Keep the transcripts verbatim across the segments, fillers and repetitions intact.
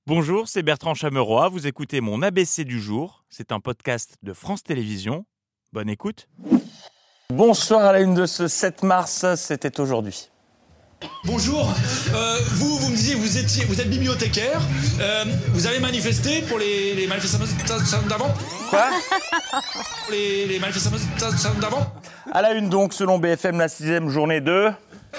Bonjour, c'est Bertrand Chameroy, vous écoutez mon A B C du jour. C'est un podcast de France Télévisions. Bonne écoute. Bonsoir à la une de ce sept mars, c'était aujourd'hui. Bonjour, euh, vous, vous me disiez, vous, étiez, vous êtes bibliothécaire, euh, vous avez manifesté pour les, les manifestations d'avant ? Quoi ? Les, les manifestations d'avant ? À la une donc, selon B F M, la sixième journée de...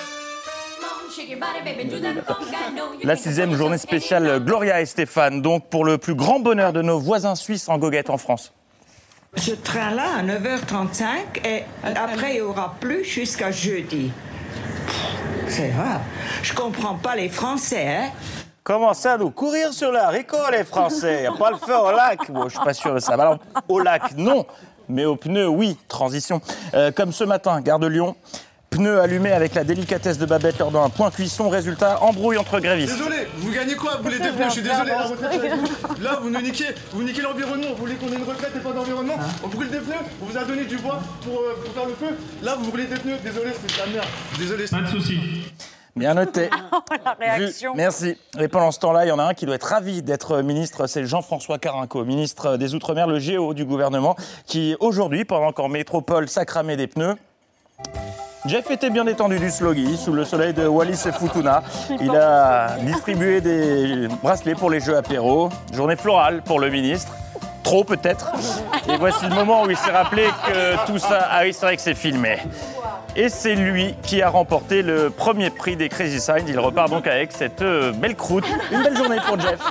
La sixième journée spéciale Gloria et Stéphane, donc pour le plus grand bonheur de nos voisins suisses en goguette en France. Ce train-là, à neuf heures trente-cinq, et après, il n'y aura plus jusqu'à jeudi. C'est vrai. Je comprends pas les Français, hein. Comment ça, nous courir sur la haricot, les Français? Pas le feu au lac. Bon, je suis pas sûr de ça. Alors, au lac, non. Mais aux pneus, oui. Transition. Euh, comme ce matin, gare de Lyon. Pneus allumés avec la délicatesse de Babette lors d'un point cuisson. Résultat, embrouille entre grévistes. Désolé, vous gagnez quoi? Vous voulez des pneus? Je suis désolé, la retraite avec vous. Là, vous nous niquez, vous niquez l'environnement. Vous voulez qu'on ait une retraite et pas d'environnement? On brûle des pneus, on vous a donné du bois pour, euh, pour faire le feu. Là, vous brûlez des pneus. Désolé, c'est de la merde. Désolé. Pas de soucis. Bien noté. La réaction. Vu, merci. Et pendant ce temps-là, il y en a un qui doit être ravi d'être ministre, c'est Jean-François Carenco, ministre des Outre-mer, le G O du gouvernement, qui aujourd'hui, pendant qu'en métropole, ça cramait des pneus, Jeff était bien détendu du Sloggy, sous le soleil de Wallis et Futuna. Il a distribué des bracelets pour les jeux apéro. Journée florale pour le ministre. Trop peut-être. Et voici le moment où il s'est rappelé que tout ça... Ah oui, c'est vrai que c'est filmé. Et c'est lui qui a remporté le premier prix des Crazy Side. Il repart donc avec cette belle croûte. Une belle journée pour Jeff.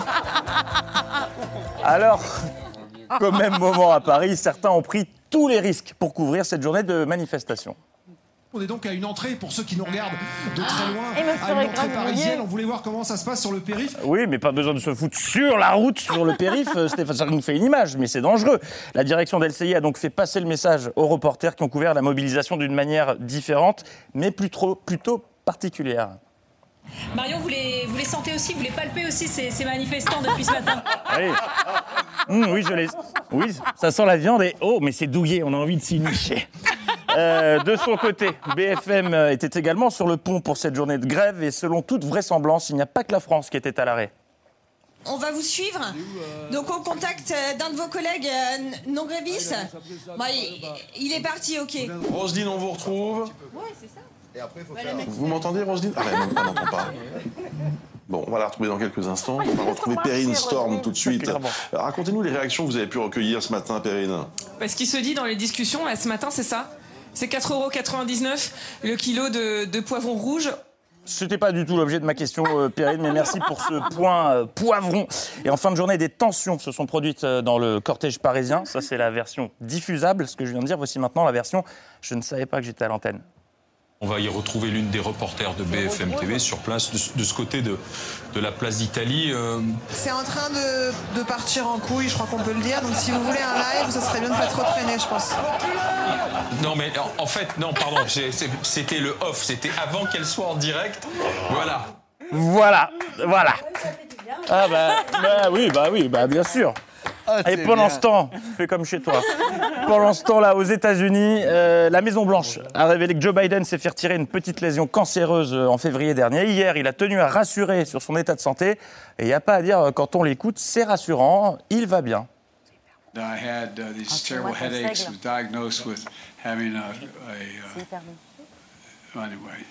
Alors, qu'au même moment à Paris, certains ont pris tous les risques pour couvrir cette journée de manifestation. On est donc à une entrée, pour ceux qui nous regardent de très loin, Et me à une entrée grave parisienne. mouillé. On voulait voir comment ça se passe sur le périph'. Oui, mais pas besoin de se foutre sur la route, sur le périph'. Stéphane, ça nous fait une image, mais c'est dangereux. La direction d'L C I a donc fait passer le message aux reporters qui ont couvert la mobilisation d'une manière différente, mais plus trop, plutôt particulière. Marion, vous les, vous les sentez aussi, vous les palpez aussi, ces, ces manifestants depuis ce matin? Oui, mmh, oui, je les... Oui, ça sent la viande et... Oh, mais c'est douillet, on a envie de s'y nicher. Euh, de son côté, B F M était également sur le pont pour cette journée de grève et selon toute vraisemblance, il n'y a pas que la France qui était à l'arrêt. On va vous suivre. Donc on contacte d'un de vos collègues euh, non grévistes. Bon, il, il est parti, ok. Roselyne, on vous retrouve. Ouais, c'est ça. Vous m'entendez, Roselyne? Ah, elle ne m'entend pas. Bon, on va la retrouver dans quelques instants. On va retrouver Perrine Storm tout de suite. Alors, racontez-nous les réactions que vous avez pu recueillir ce matin, Perrine. Ce qui se dit dans les discussions, là, ce matin, c'est ça. C'est quatre euros quatre-vingt-dix-neuf le kilo de, de poivron rouge. C'était pas du tout l'objet de ma question, euh, Perrine, mais merci pour ce point euh, poivron. Et en fin de journée, des tensions se sont produites euh, dans le cortège parisien. Ça, c'est la version diffusable, ce que je viens de dire. Voici maintenant la version « Je ne savais pas que j'étais à l'antenne ». On va y retrouver l'une des reporters de B F M T V sur place, de, de ce côté de, de la place d'Italie. Euh... C'est en train de, de partir en couille, je crois qu'on peut le dire. Donc si vous voulez un live, ça serait bien de pas trop traîner, je pense. Non, mais en, en fait, non, pardon, j'ai, c'était le off, c'était avant qu'elle soit en direct. Voilà. Voilà, voilà. Ah bah, bah oui, bah oui, bah bien sûr. Ah, et pendant bien. ce temps, fais comme chez toi. Pendant ce temps-là, aux États-Unis, euh, la Maison-Blanche a révélé que Joe Biden s'est fait retirer une petite lésion cancéreuse en février dernier. Hier, il a tenu à rassurer sur son état de santé. Et il n'y a pas à dire, quand on l'écoute, c'est rassurant, il va bien. I had uh, these terrible headaches. Was diagnosed with having a, a uh, anyway.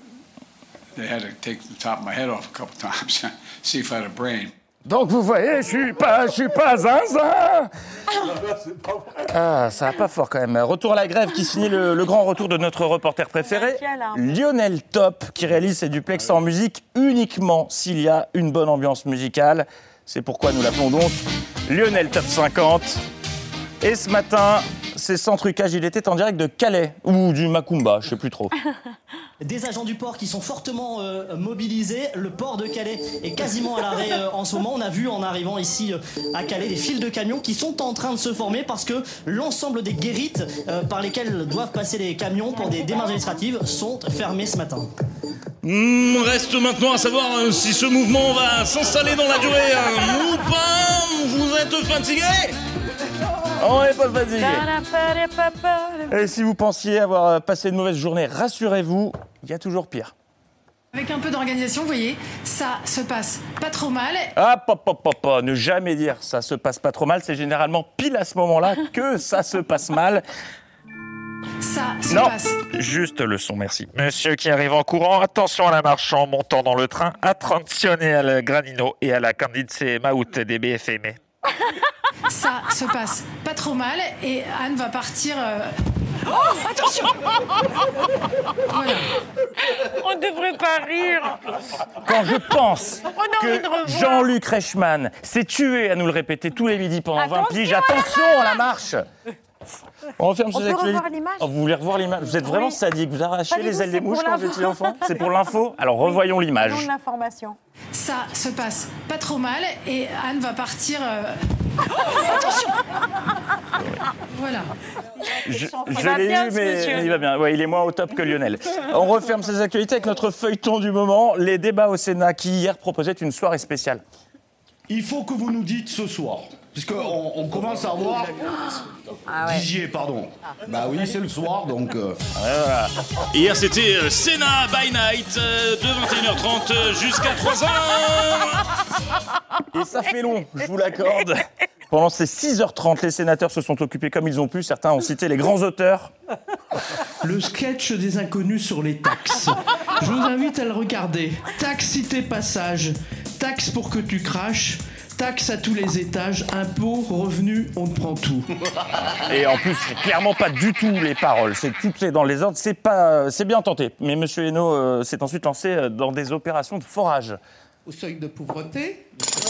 They had to take the top of my head off a couple times, see if I had a brain. Donc vous voyez, je suis pas, je suis pas zinzin. Ah, ça va pas fort quand même. Retour à la grève qui signait le, le grand retour de notre reporter préféré, Lionel Top, qui réalise ses duplex en musique uniquement s'il y a une bonne ambiance musicale. C'est pourquoi nous l'appelons donc Lionel Top cinquante. Et ce matin, c'est sans trucage, il était en direct de Calais, ou du Macumba, je sais plus trop. Des agents du port qui sont fortement euh, mobilisés. Le port de Calais est quasiment à l'arrêt euh, en ce moment. On a vu en arrivant ici euh, à Calais des files de camions qui sont en train de se former parce que l'ensemble des guérites euh, par lesquelles doivent passer les camions pour des démarches administratives sont fermées ce matin. Mmh, reste maintenant à savoir euh, si ce mouvement va s'installer dans la durée euh, ou pas. Vous êtes fatigué ? On n'est pas fatigué. Et si vous pensiez avoir passé une mauvaise journée, rassurez-vous, il y a toujours pire. Avec un peu d'organisation, vous voyez, ça se passe pas trop mal. Ah, pop, pop, pop, pop, ne jamais dire ça se passe pas trop mal, c'est généralement pile à ce moment-là que ça se passe mal. Ça se non, passe. Juste le son, merci. Monsieur qui arrive en courant, attention à la marche en montant dans le train, attenzione al granino et à la candice maout des B F M. Ça se passe pas trop mal et Anne va partir... Euh... Oh, attention. Voilà. On devrait pas rire. Quand je pense que Jean-Luc Reichmann s'est tué à nous le répéter tous les midis pendant attention vingt piges, attention à la marche. On referme On ces peut actualités. revoir l'image Oh, vous voulez revoir l'image? Vous êtes vraiment oui. sadique, vous arrachez Pas du les tout, ailes des c'est mouches pour quand vous l'info. étiez enfant? C'est pour l'info? Alors revoyons l'image. Non, l'information. Ça se passe pas trop mal et Anne va partir... Euh... Oh, attention. Voilà. Je, Il je va l'ai bien, eu, ce mais monsieur. il va bien. Ouais, il est moins au top que Lionel. On referme ces actualités avec notre feuilleton du moment, les débats au Sénat qui hier proposaient une soirée spéciale. Il faut que vous nous dites ce soir, puisqu'on on commence à voir... Ah ouais. Dizier, pardon. Bah oui, c'est le soir, donc... Euh... Ouais, voilà. Hier, c'était euh, Sénat by Night euh, de vingt et une heures trente euh, jusqu'à trois heures. Et ça fait long, je vous l'accorde. Pendant ces six heures trente, les sénateurs se sont occupés comme ils ont pu. Certains ont cité les grands auteurs. Le sketch des inconnus sur les taxes. Je vous invite à le regarder. Taxe cité passage. Taxe pour que tu craches. Taxe à tous les étages. Impôts, revenus, on te prend tout. Et en plus, c'est clairement pas du tout les paroles. C'est tout c'est dans les ordres. C'est pas, c'est bien tenté. Mais Monsieur Hainaut euh, s'est ensuite lancé euh, dans des opérations de forage. Au seuil de pauvreté.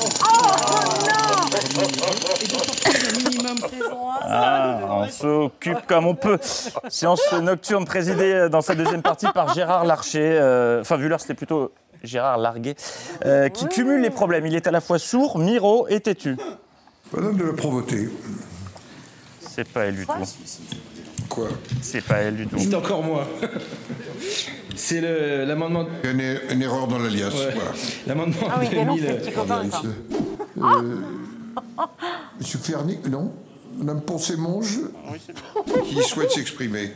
Ah, on s'occupe comme on peut. Séance nocturne présidée dans sa deuxième partie par Gérard Larcher. Euh, enfin, vu l'heure, c'était plutôt Gérard Larguet, euh, qui cumule les problèmes. Il est à la fois sourd, miro et têtu. Madame de la Provoté. C'est pas elle du tout. Quoi? C'est pas elle du tout. C'est encore moi. C'est le- l'amendement... Il y a une, une erreur dans l'alias. Ouais. Voilà. L'amendement Ah oui, de mais non, Émile- c'est le petit copain, ça. Euh, Monsieur Fernic, non? Madame Poncet-Monge, qui souhaite s'exprimer.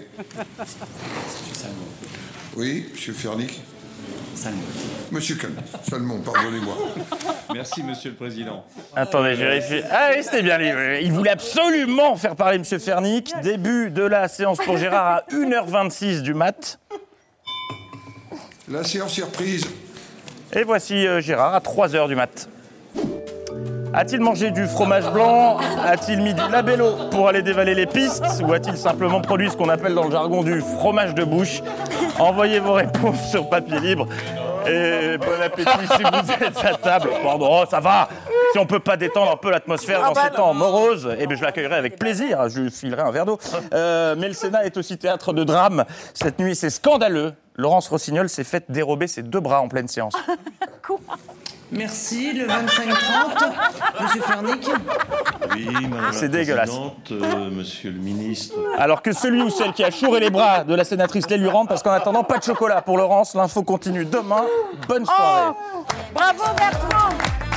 Oui, Monsieur Fernic. Monsieur Calme. Salmon, pardonnez-moi. Merci, Monsieur le Président. Attendez, je vérifie. Ah oui, c'était bien lui. Il voulait absolument faire parler M. Fernic. Début de la séance pour Gérard à une heure vingt-six du mat. La séance est reprise. Et voici euh, Gérard à trois heures du mat. A-t-il mangé du fromage blanc? A-t-il mis du labello pour aller dévaler les pistes? Ou a-t-il simplement produit ce qu'on appelle dans le jargon du fromage de bouche? Envoyez vos réponses sur papier libre. Et bon appétit si vous êtes à table. Pardon, ça va. Si on peut pas détendre un peu l'atmosphère dans Ah bah ces temps moroses, eh bien je l'accueillerai avec plaisir. Je lui filerai un verre d'eau. Euh, mais le Sénat est aussi théâtre de drame. Cette nuit, c'est scandaleux. Laurence Rossignol s'est faite dérober ses deux bras en pleine séance. Merci, le vingt-cinq trente. Monsieur Fernic. Oui, Madame C'est la dégueulasse. Présidente, euh, Monsieur le Ministre. Alors que celui ou celle qui a chouré les bras de la sénatrice les lui rend, parce qu'en attendant, pas de chocolat pour Laurence. L'info continue demain. Bonne soirée. Bravo Bertrand.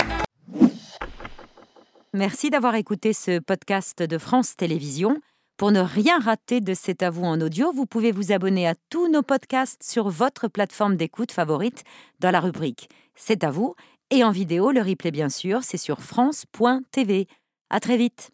Merci d'avoir écouté ce podcast de France Télévisions. Pour ne rien rater de C'est à vous en audio, vous pouvez vous abonner à tous nos podcasts sur votre plateforme d'écoute favorite dans la rubrique C'est à vous. Et en vidéo, le replay bien sûr, c'est sur France point T V. À très vite.